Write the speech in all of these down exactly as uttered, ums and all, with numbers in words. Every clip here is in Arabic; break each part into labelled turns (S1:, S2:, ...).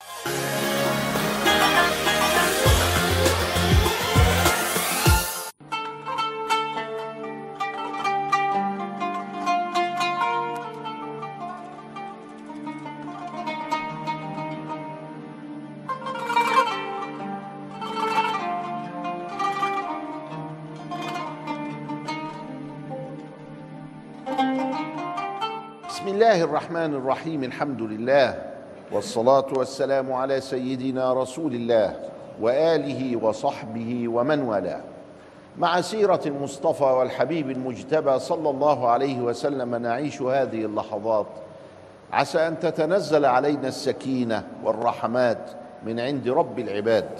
S1: بسم الله الرحمن الرحيم. الحمد لله والصلاة والسلام على سيدنا رسول الله وآله وصحبه ومن والاه. مع سيرة المصطفى والحبيب المجتبى صلى الله عليه وسلم نعيش هذه اللحظات، عسى أن تتنزل علينا السكينة والرحمات من عند رب العباد،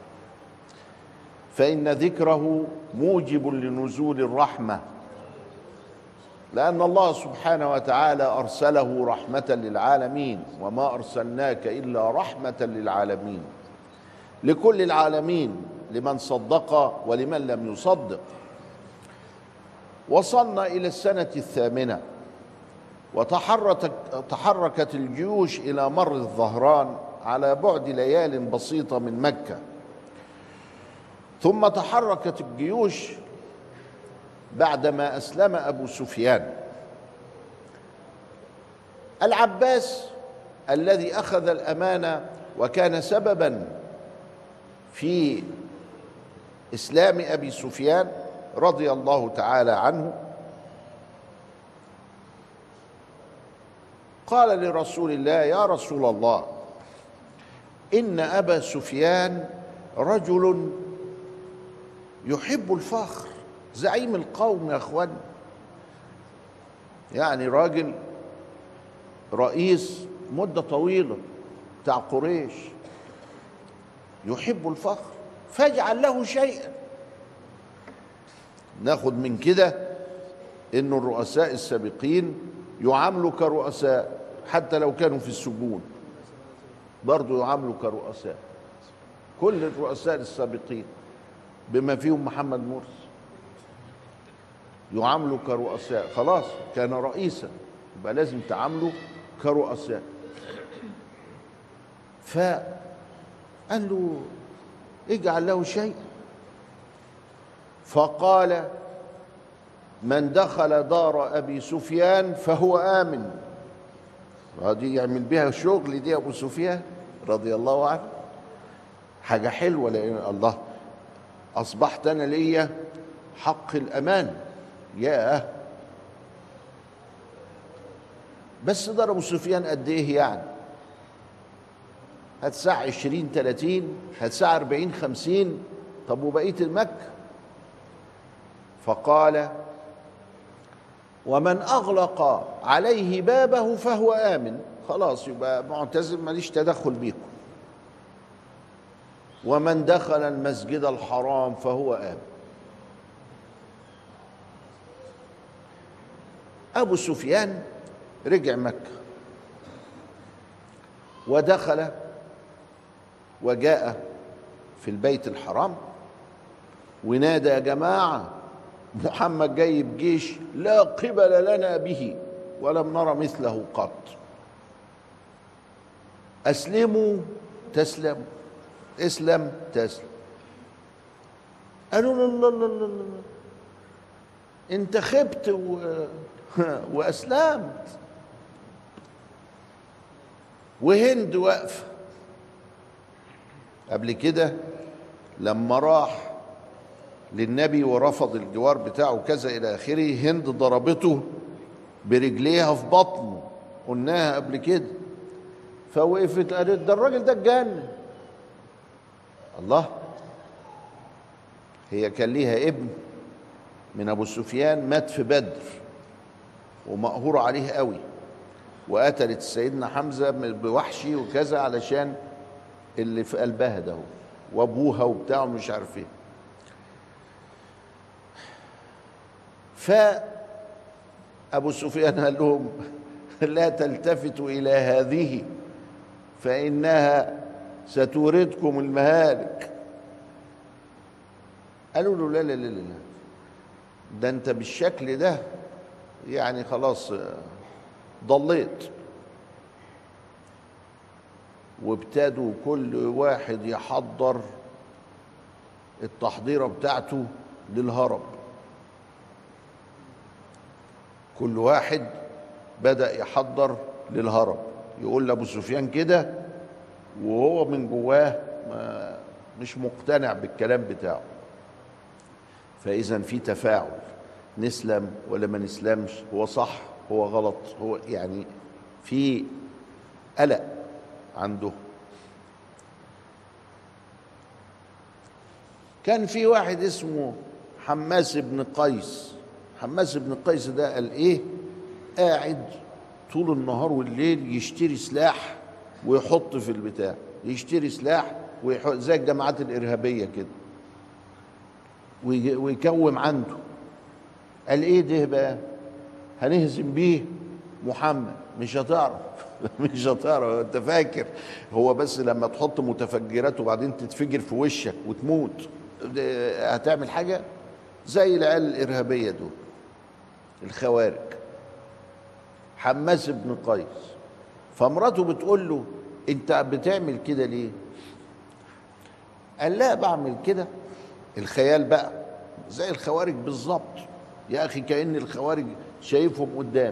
S1: فإن ذكره موجب لنزول الرحمة، لأن الله سبحانه وتعالى أرسله رحمة للعالمين، وما أرسلناك إلا رحمة للعالمين، لكل العالمين، لمن صدق ولمن لم يصدق. وصلنا إلى السنة الثامنة، وتحركت تحركت الجيوش إلى مر الظهران على بعد ليال بسيطة من مكة. ثم تحركت الجيوش بعدما أسلم أبو سفيان. العباس الذي أخذ الأمانة وكان سببا في إسلام أبي سفيان رضي الله تعالى عنه، قال لرسول الله: يا رسول الله، إن أبا سفيان رجل يحب الفخر، زعيم القوم يا اخوان، يعني راجل رئيس مدة طويلة بتاع قريش، يحب الفخر، فاجعل له شيئا. ناخد من كده إن الرؤساء السابقين يعاملوا كرؤساء، حتى لو كانوا في السجون برضو يعاملوا كرؤساء. كل الرؤساء السابقين بما فيهم محمد مرسي يعاملوا كرؤساء، خلاص كان رئيسا يبقى لازم تعاملوا كرؤساء. فقال له: اجعل له شيء. فقال: من دخل دار أبي سفيان فهو آمن. دي يعمل بها الشغل دي أبو سفيان رضي الله عنه، حاجة حلوة، لأن الله أصبحت أنا ليا حق الأمان. ياه، بس ده أبو سفيان قد إيه يعني؟ هتساع عشرين تلاتين، هتساع أربعين خمسين، طب وبقية المكة؟ فقال: ومن أغلق عليه بابه فهو آمن. خلاص يبقى معتزل، ماليش تدخل بيكم. ومن دخل المسجد الحرام فهو آمن. أبو سفيان رجع مكة ودخل وجاء في البيت الحرام ونادى: يا جماعة، محمد جاي بجيش لا قبل لنا به ولم نرى مثله قط، أسلموا تسلموا، اسلم تسلم. قالوا: لا لا لا لا، انت خبت و... وأسلمت. وهند واقفة. قبل كده لما راح للنبي ورفض الجوار بتاعه كذا إلى آخره، هند ضربته برجليها في بطنه، قلناها قبل كده، فوقفت قالت: ده الراجل ده اتجنن. الله، هي كان ليها ابن من أبو سفيان مات في بدر ومقهور عليه قوي، وقتلت سيدنا حمزة بوحشي وكذا علشان اللي في قلبها ده، وابوها وبتاعه مش عارف ايه. فأبو سفيان قال لهم: لا تلتفتوا إلى هذه فإنها ستوردكم المهالك. قالوا له: لا لا لا لا، ده انت بالشكل ده يعني خلاص ضليت. وابتدوا كل واحد يحضر التحضيرة بتاعته للهرب. كل واحد بدأ يحضر للهرب، يقول لأبو سفيان كده وهو من جواه ما مش مقتنع بالكلام بتاعه. فإذا في تفاعل، نسلم ولا ما نسلمش، هو صح هو غلط، هو يعني في قلق عنده. كان في واحد اسمه حماس بن قيس. حماس بن قيس ده قال ايه؟ قاعد طول النهار والليل يشتري سلاح ويحط في البتاع، يشتري سلاح ويحط زي الجماعات الإرهابية كده ويكوم عنده. قال ايه ده بقى؟ هنهزم بيه محمد. مش هتعرف مش هتعرف. انت فاكر هو بس لما تحط متفجرات وبعدين تتفجر في وشك وتموت هتعمل حاجة؟ زي العيال الإرهابية دول الخوارج. حماس بن قيس. فمراته بتقول له انت بتعمل كده ليه؟ قال لا بعمل كده الخيال بقى زي الخوارج بالظبط يا اخي، كأن الخوارج شايفهم قدام.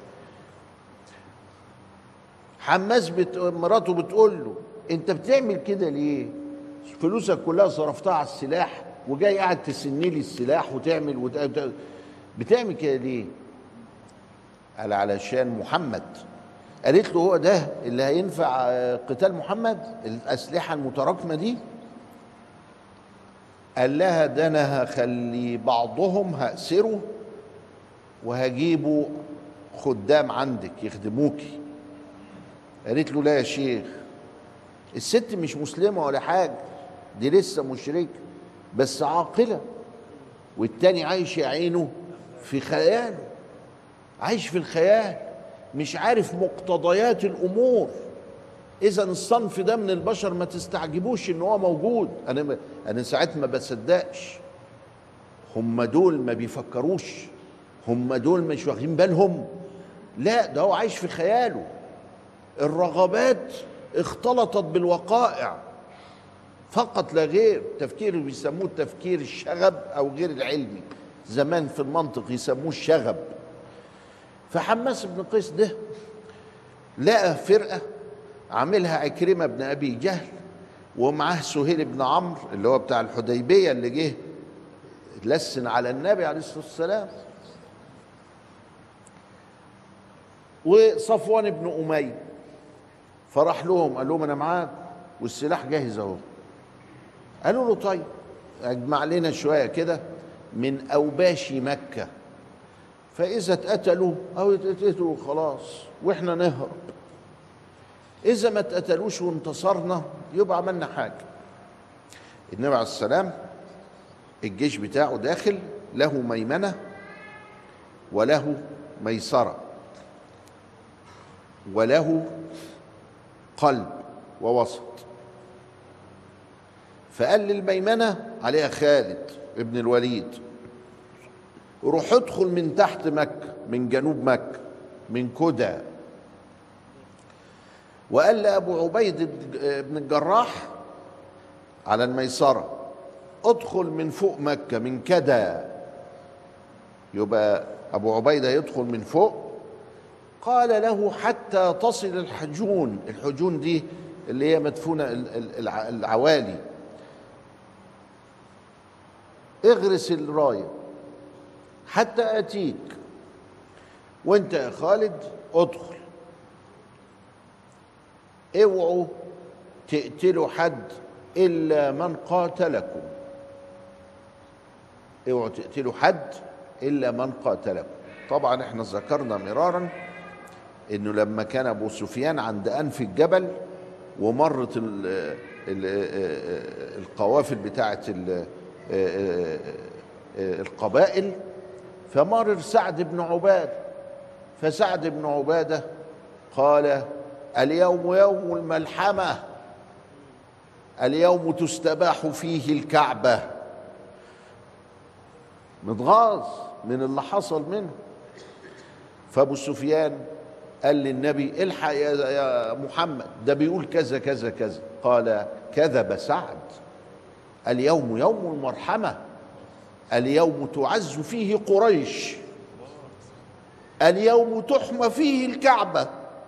S1: حماس بت... مراته بتقول له انت بتعمل كده ليه؟ فلوسك كلها صرفتها على السلاح وجاي قاعد تسني لي السلاح وتعمل وت... بتعمل كده ليه؟ قال علشان محمد. قالت له هو ده اللي هينفع قتال محمد الأسلحة المتراكمة دي؟ قال لها ده انا هخلي بعضهم هأسره وهجيبه خدام عندك يخدموكي. قالت له لا يا شيخ، الست مش مسلمة ولا حاجة، دي لسه مشركة بس عاقلة، والتاني عايش يا عينه في خياله، عايش في الخيال مش عارف مقتضيات الأمور. إذا الصنف ده من البشر ما تستعجبوش إن هو موجود. أنا أنا ساعات ما بصدقش، هم دول ما بيفكروش، هم دول مش واخدين بالهم، لا ده هو عايش في خياله. الرغبات اختلطت بالوقائع فقط لا غير. تفكير بيسموه التفكير الشغب أو غير العلمي، زمان في المنطق يسموه الشغب. فحماس بن قيس ده لقى فرقة عاملها عكرمة بن أبي جهل ومعاه سهيل بن عمرو اللي هو بتاع الحديبية اللي جه لسن على النبي عليه الصلاة والسلام، وصفوان بن أمية. فراح لهم قال لهم أنا معاك والسلاح جاهز أهو. قالوا له طيب اجمع لنا شوية كده من أوباش مكة، فإذا اتقتلوا أو اتقتلوا خلاص وإحنا نهرب، إذا ما اتقتلوش وانتصرنا يبقى عملنا حاجة. النبي عليه السلام الجيش بتاعه داخل له ميمنة وله ميسرة وله قلب ووسط. فقال للميمنة عليها خالد ابن الوليد روح ادخل من تحت مكة من جنوب مكة من كدى. وقال لأبو عبيد بن الجراح على الميسرة ادخل من فوق مكة من كدى. يبقى أبو عبيدة يدخل من فوق. قال له حتى تصل الحجون، الحجون دي اللي هي مدفونة العوالي، اغرس الراية حتى أتيك، وانت يا خالد ادخل. اوعوا تقتلوا حد إلا من قاتلكم، اوعوا تقتلوا حد إلا من قاتلكم. طبعا احنا ذكرنا مرارا انه لما كان ابو سفيان عند انف الجبل ومرت ال ال القوافل بتاعه القبائل، فمرر سعد بن عبادة، فسعد بن عبادة قال اليوم يوم الملحمة، اليوم تستباح فيه الكعبة. متغاظ من اللي حصل منه. فابو سفيان قال للنبي الحق يا محمد، ده بيقول كذا كذا كذا. قال كذب سعد، اليوم يوم المرحمة، اليوم تعز فيه قريش، اليوم تحمى فيه الكعبة.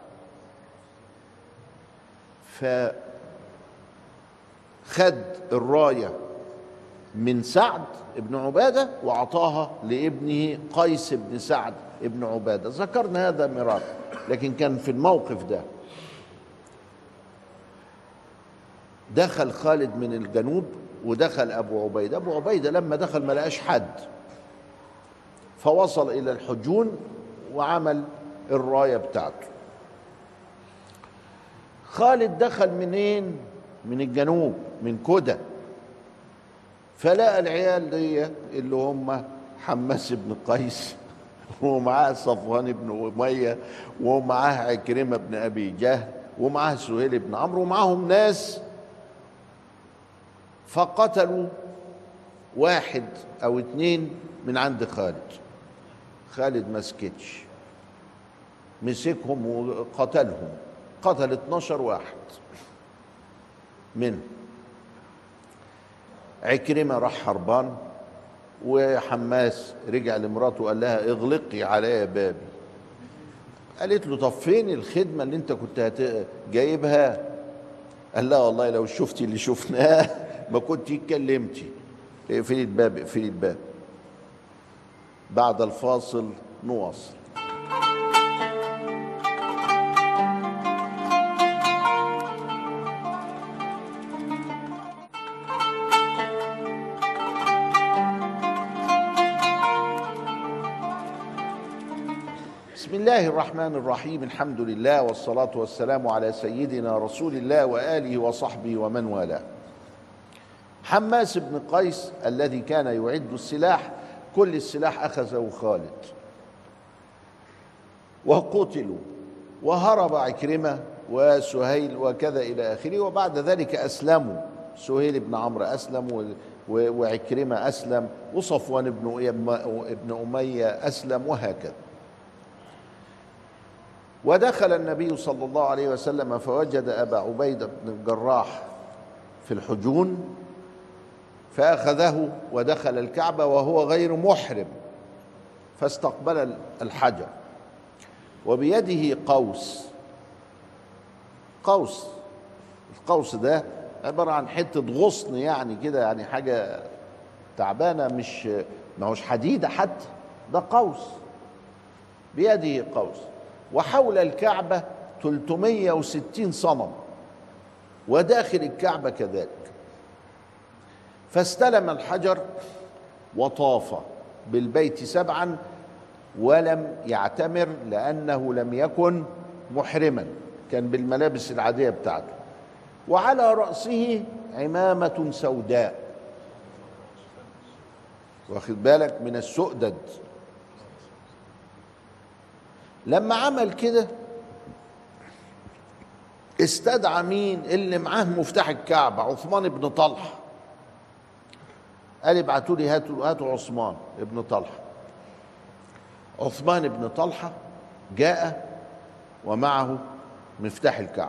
S1: فخد الراية من سعد بن عبادة وأعطاها لابنه قيس بن سعد بن عبادة. ذكرنا هذا مرارا، لكن كان في الموقف ده دخل خالد من الجنوب ودخل أبو عبيدة. أبو عبيدة لما دخل ما لقاش حد، فوصل إلى الحجون وعمل الراية بتاعته. خالد دخل منين؟ من الجنوب، من كدة، فلقى العيال دي اللي هم حماس بن قيس ومعاه صفوان بن أمية ومعاه عكرمة بن أبي جهل ومعاه سهيل بن عمرو ومعاهم ناس، فقتلوا واحد أو اتنين من عند خالد. خالد ما سكتش، مسكهم وقتلهم، قتل اتناشر واحد منهم. عكرمة راح هربان، وحماس رجع لمراته وقال لها اغلقي عليا بابي. قالت له طب فين الخدمة اللي انت كنت هت... جايبها؟ قال لها والله لو شفتي اللي شفناه ما كنت اتكلمتي. اقفلي الباب، اقفلي الباب. بعد الفاصل نواصل. بسم الله الرحمن الرحيم، الحمد لله والصلاة والسلام على سيدنا رسول الله وآله وصحبه ومن والاه. حماس بن قيس الذي كان يعد السلاح، كل السلاح أخذه خالد وقتلوا، وهرب عكرمة وسهيل وكذا إلى آخره. وبعد ذلك أسلموا، سهيل بن عمرو أسلم وعكرمة أسلم وصفوان بن أمية أسلم وهكذا. ودخل النبي صلى الله عليه وسلم فوجد أبا عبيدة بن الجراح في الحجون، فأخذه ودخل الكعبة وهو غير محرم، فاستقبل الحجر وبيده قوس. قوس، القوس ده عبارة عن حتة غصن يعني كده، يعني حاجة تعبانة، مش ما هوش حديدة حتى، ده قوس، بيده قوس. وحول الكعبة ثلاثمائة وستين صنم، وداخل الكعبة كذلك. فاستلم الحجر وطاف بالبيت سبعا ولم يعتمر لأنه لم يكن محرما، كان بالملابس العادية بتاعته. وعلى رأسه عمامة سوداء، واخد بالك، من السؤدد. لما عمل كده استدعى مين اللي معاه مفتاح الكعبة؟ عثمان بن طلحة. قال ابعتوا لي، هاتوا هاتوا عثمان بن طلحة. عثمان بن طلحة جاء ومعه مفتاح الكعبة،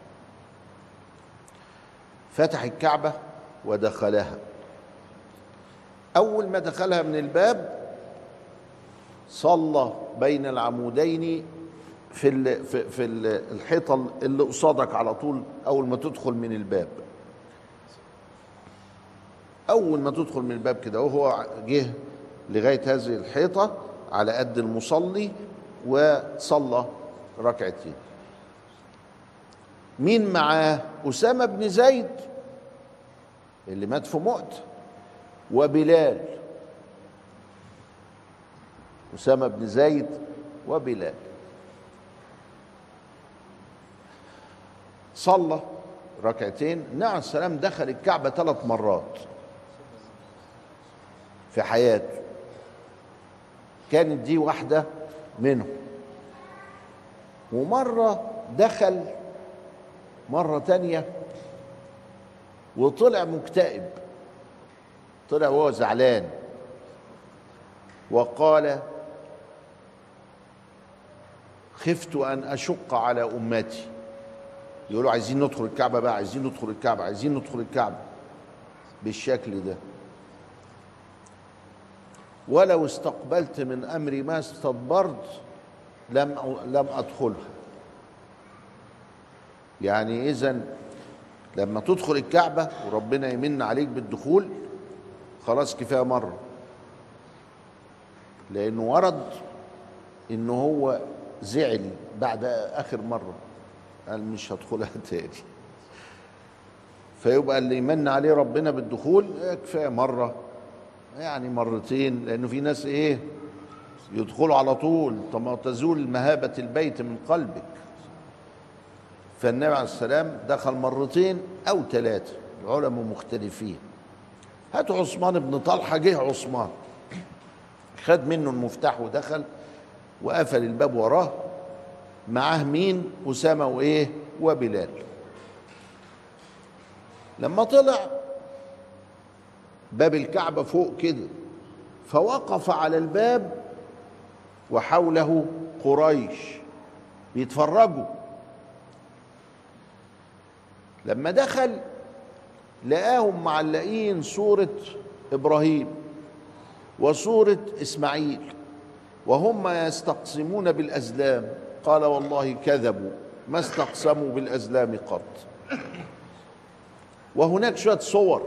S1: فتح الكعبة ودخلها. أول ما دخلها من الباب صلى بين العمودين في ال في, في الحيطة اللي قصادك على طول أول ما تدخل من الباب. أول ما تدخل من الباب كده وهو جه لغاية هذه الحيطة على قد المصلي وصلى ركعتين. مين معاه؟ أسامة بن زيد اللي مات في مؤتة، وبلال. أسامة بن زيد وبلال. صلى ركعتين. النبي عليه السلام دخل الكعبة ثلاث مرات في حياته، كانت دي واحدة منهم. ومرة دخل مرة تانية وطلع مكتئب، طلع وهو زعلان، وقال خفت أن أشق على أمتي. يقولوا عايزين ندخل الكعبة بقى، عايزين ندخل الكعبة، عايزين ندخل الكعبة بالشكل ده. ولو استقبلت من أمري ما استدبرت لم لم أدخلها. يعني إذن لما تدخل الكعبة وربنا يمن عليك بالدخول خلاص كفاية مرة، لأنه ورد إنه هو زعل بعد آخر مرة قال مش هدخلها تاني. فيبقى اللي يمن عليه ربنا بالدخول كفاية مرة، يعني مرتين، لأنه في ناس إيه يدخلوا على طول. طب ما تزول مهابة البيت من قلبك. فالنبي عليه السلام دخل مرتين أو ثلاثة، العلماء مختلفين. هاتوا عثمان بن طلحة، جه عثمان خد منه المفتاح ودخل وقفل الباب وراه، معاه مين؟ أسامة وإيه؟ وبلال. لما طلع باب الكعبة فوق كده فوقف على الباب وحوله قريش بيتفرجوا. لما دخل لقاهم معلقين صورة إبراهيم وصورة إسماعيل وهم يستقسمون بالأزلام. قال والله كذبوا، ما استقسموا بالأزلام قط. وهناك شوية صور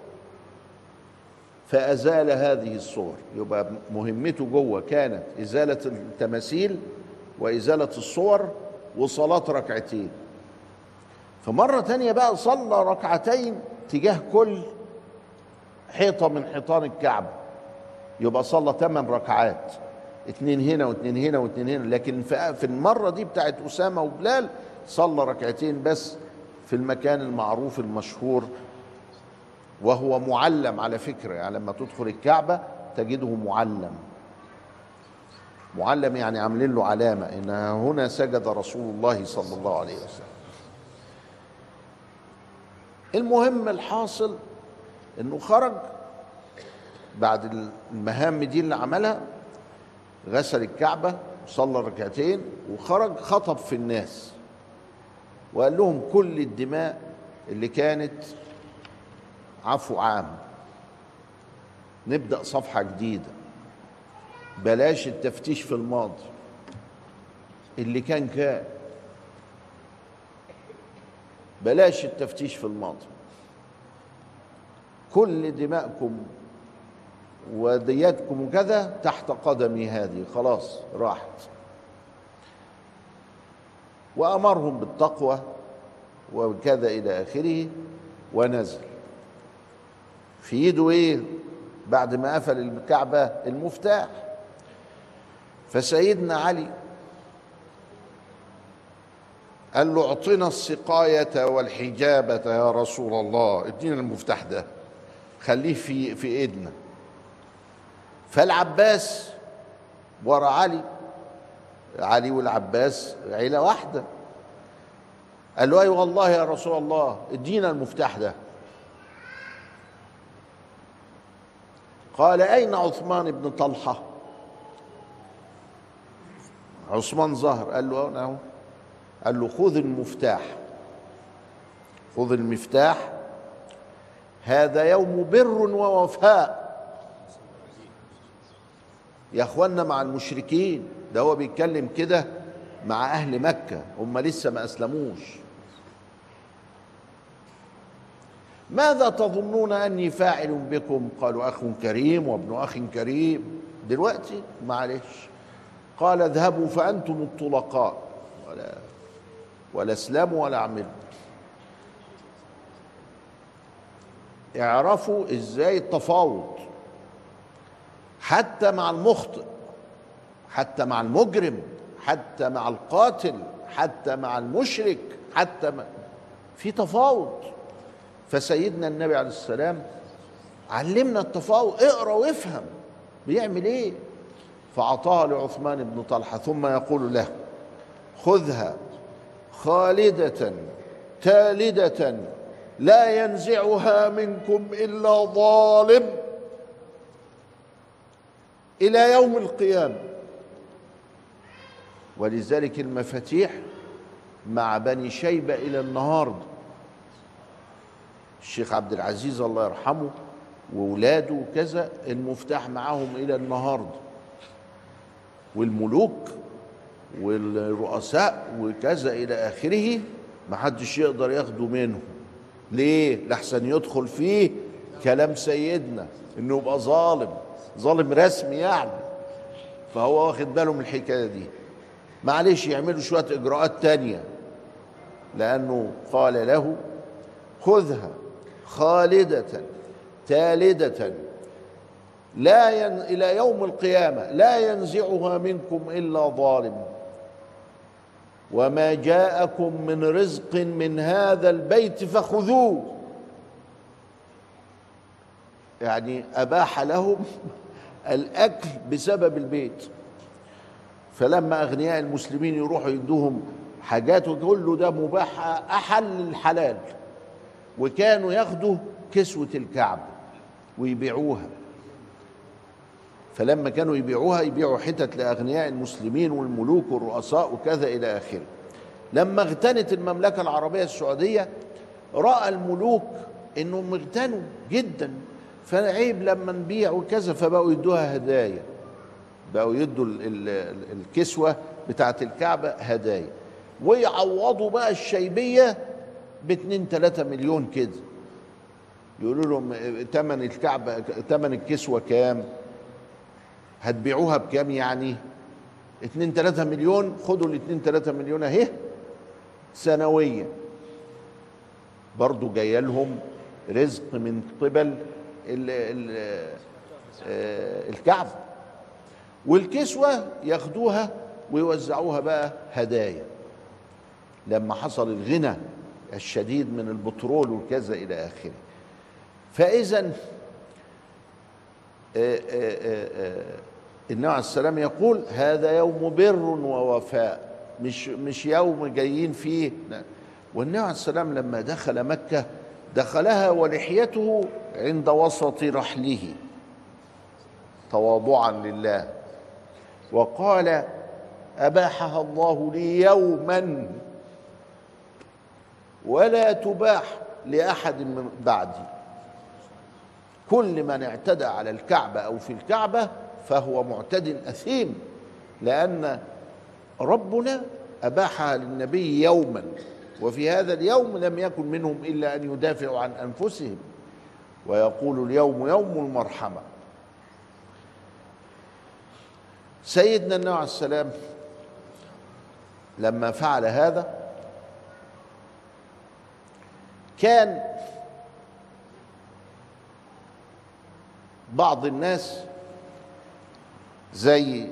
S1: فأزال هذه الصور. يبقى مهمته جوه كانت إزالة التماثيل وإزالة الصور وصلاة ركعتين. فمرة تانية بقى صلى ركعتين تجاه كل حيطة من حيطان الكعبة. يبقى صلى ثمان ركعات، اتنين هنا واتنين هنا واتنين هنا. لكن في المرة دي بتاعت أسامة وبلال صلى ركعتين بس في المكان المعروف المشهور، وهو معلم على فكرة. يعني لما تدخل الكعبة تجده معلم. معلم يعني عاملين له علامة إن هنا سجد رسول الله صلى الله عليه وسلم. المهم الحاصل إنه خرج بعد المهام دي اللي عملها، غسل الكعبة وصلى ركعتين وخرج خطب في الناس وقال لهم كل الدماء اللي كانت عفو عام، نبدأ صفحة جديدة، بلاش التفتيش في الماضي. اللي كان كان بلاش التفتيش في الماضي. كل دماءكم ودياتكم وكذا تحت قدمي هذه، خلاص راحت. وأمرهم بالتقوى وكذا إلى آخره. ونزل في ايده ايه بعد ما قفل الكعبة؟ المفتاح. فسيدنا علي قال له اعطنا السقاية والحجابة يا رسول الله، ادينا المفتاح ده خليه في في ايدنا. فالعباس ورا علي، علي والعباس عيلة واحدة، قال له اي أيوة والله يا رسول الله ادينا المفتاح ده. قال اين عثمان بن طلحة؟ عثمان ظهر، قال له انا اهو. قال له خذ المفتاح، خذ المفتاح، هذا يوم بر ووفاء. يا اخوانا مع المشركين، ده هو بيتكلم كده مع اهل مكة هم لسه ما اسلموش. ماذا تظنون اني فاعل بكم؟ قالوا اخ كريم وابن اخ كريم. دلوقتي معلش. قال اذهبوا فانتم الطلقاء، ولا ولا اسلموا ولا اعملوا. اعرفوا ازاي التفاوض حتى مع المخطئ، حتى مع المجرم، حتى مع القاتل، حتى مع المشرك، حتى ما في تفاوض. فسيدنا النبي عليه السلام علمنا التفاوض. اقرا وافهم بيعمل ايه. فأعطاها لعثمان بن طلحة ثم يقول له خذها خالدة تالدة لا ينزعها منكم إلا ظالم إلى يوم القيامة. ولذلك المفاتيح مع بني شيبة إلى النهارده. الشيخ عبد العزيز الله يرحمه وولاده وكذا المفتاح معاهم إلى النهارده، والملوك والرؤساء وكذا إلى آخره ما حدش يقدر ياخده منهم. ليه؟ لحسن يدخل فيه كلام سيدنا إنه يبقى ظالم، ظالم رسمي يعني، فهو واخد باله من الحكاية دي. معلش يعملوا شوية إجراءات تانية، لأنه قال له خذها خالدة تالدة لا ين... إلى يوم القيامة لا ينزعها منكم إلا ظالم، وما جاءكم من رزق من هذا البيت فخذوه. يعني أباح لهم الأكل بسبب البيت. فلما أغنياء المسلمين يروحوا يدوهم حاجات ويقول له ده مباح أحل الحلال، وكانوا ياخدوا كسوة الكعبة ويبيعوها. فلما كانوا يبيعوها يبيعوا حتت لأغنياء المسلمين والملوك والرؤساء وكذا إلى آخره. لما اغتنت المملكة العربية السعودية رأى الملوك إنهم اغتنوا جدا، فعيب لما نبيع وكذا، فبقوا يدوها هدايا، بقوا يدوا الكسوة بتاعت الكعبة هدايا، ويعوضوا بقى الشيبية باتنين تلاتة مليون كده. يقولوا لهم تمن الكعبة تمن الكسوة كام؟ هتبيعوها بكام يعني؟ اتنين تلاتة مليون، خدوا الاتنين تلاتة مليون اهي سنويا. برضو جايه لهم رزق من قبل ال ال الكعبة، والكسوة ياخدوها ويوزعوها بقى هدايا لما حصل الغنى الشديد من البترول وكذا إلى آخره. فإذا النبي عليه السلام يقول هذا يوم بر ووفاء، مش مش يوم جايين فيه. والنبي عليه السلام لما دخل مكة دخلها ولحيته عند وسط رحله تواضعا لله، وقال أباحها الله لي يوما ولا تباح لأحد من بعدي. كل من اعتدى على الكعبة أو في الكعبة فهو معتد أثيم، لأن ربنا أباحها للنبي يوما، وفي هذا اليوم لم يكن منهم إلا أن يدافعوا عن أنفسهم، ويقول اليوم يوم المرحمة. سيدنا النبي عليه السلام لما فعل هذا كان بعض الناس زي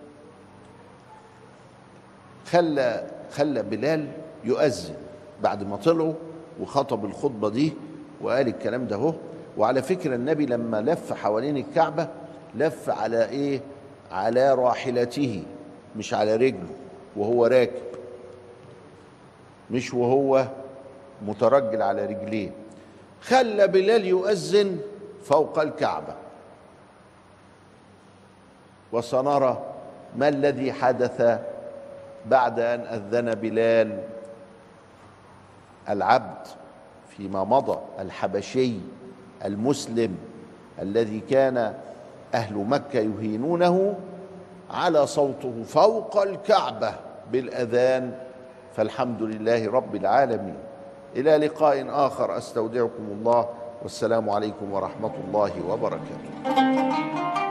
S1: خلى خلى بلال يؤذن بعد ما طلعوا وخطب الخطبة دي وقال الكلام ده هو. وعلى فكرة النبي لما لف حوالين الكعبة لف على ايه؟ على راحلته، مش على رجله وهو راكب، مش وهو مترجل على رجليه. خلى بلال يؤذن فوق الكعبة، وسنرى ما الذي حدث بعد أن أذن بلال العبد فيما مضى الحبشي المسلم الذي كان أهل مكة يهينونه على صوته فوق الكعبة بالأذان. فالحمد لله رب العالمين. إلى لقاء آخر، أستودعكم الله، والسلام عليكم ورحمة الله وبركاته.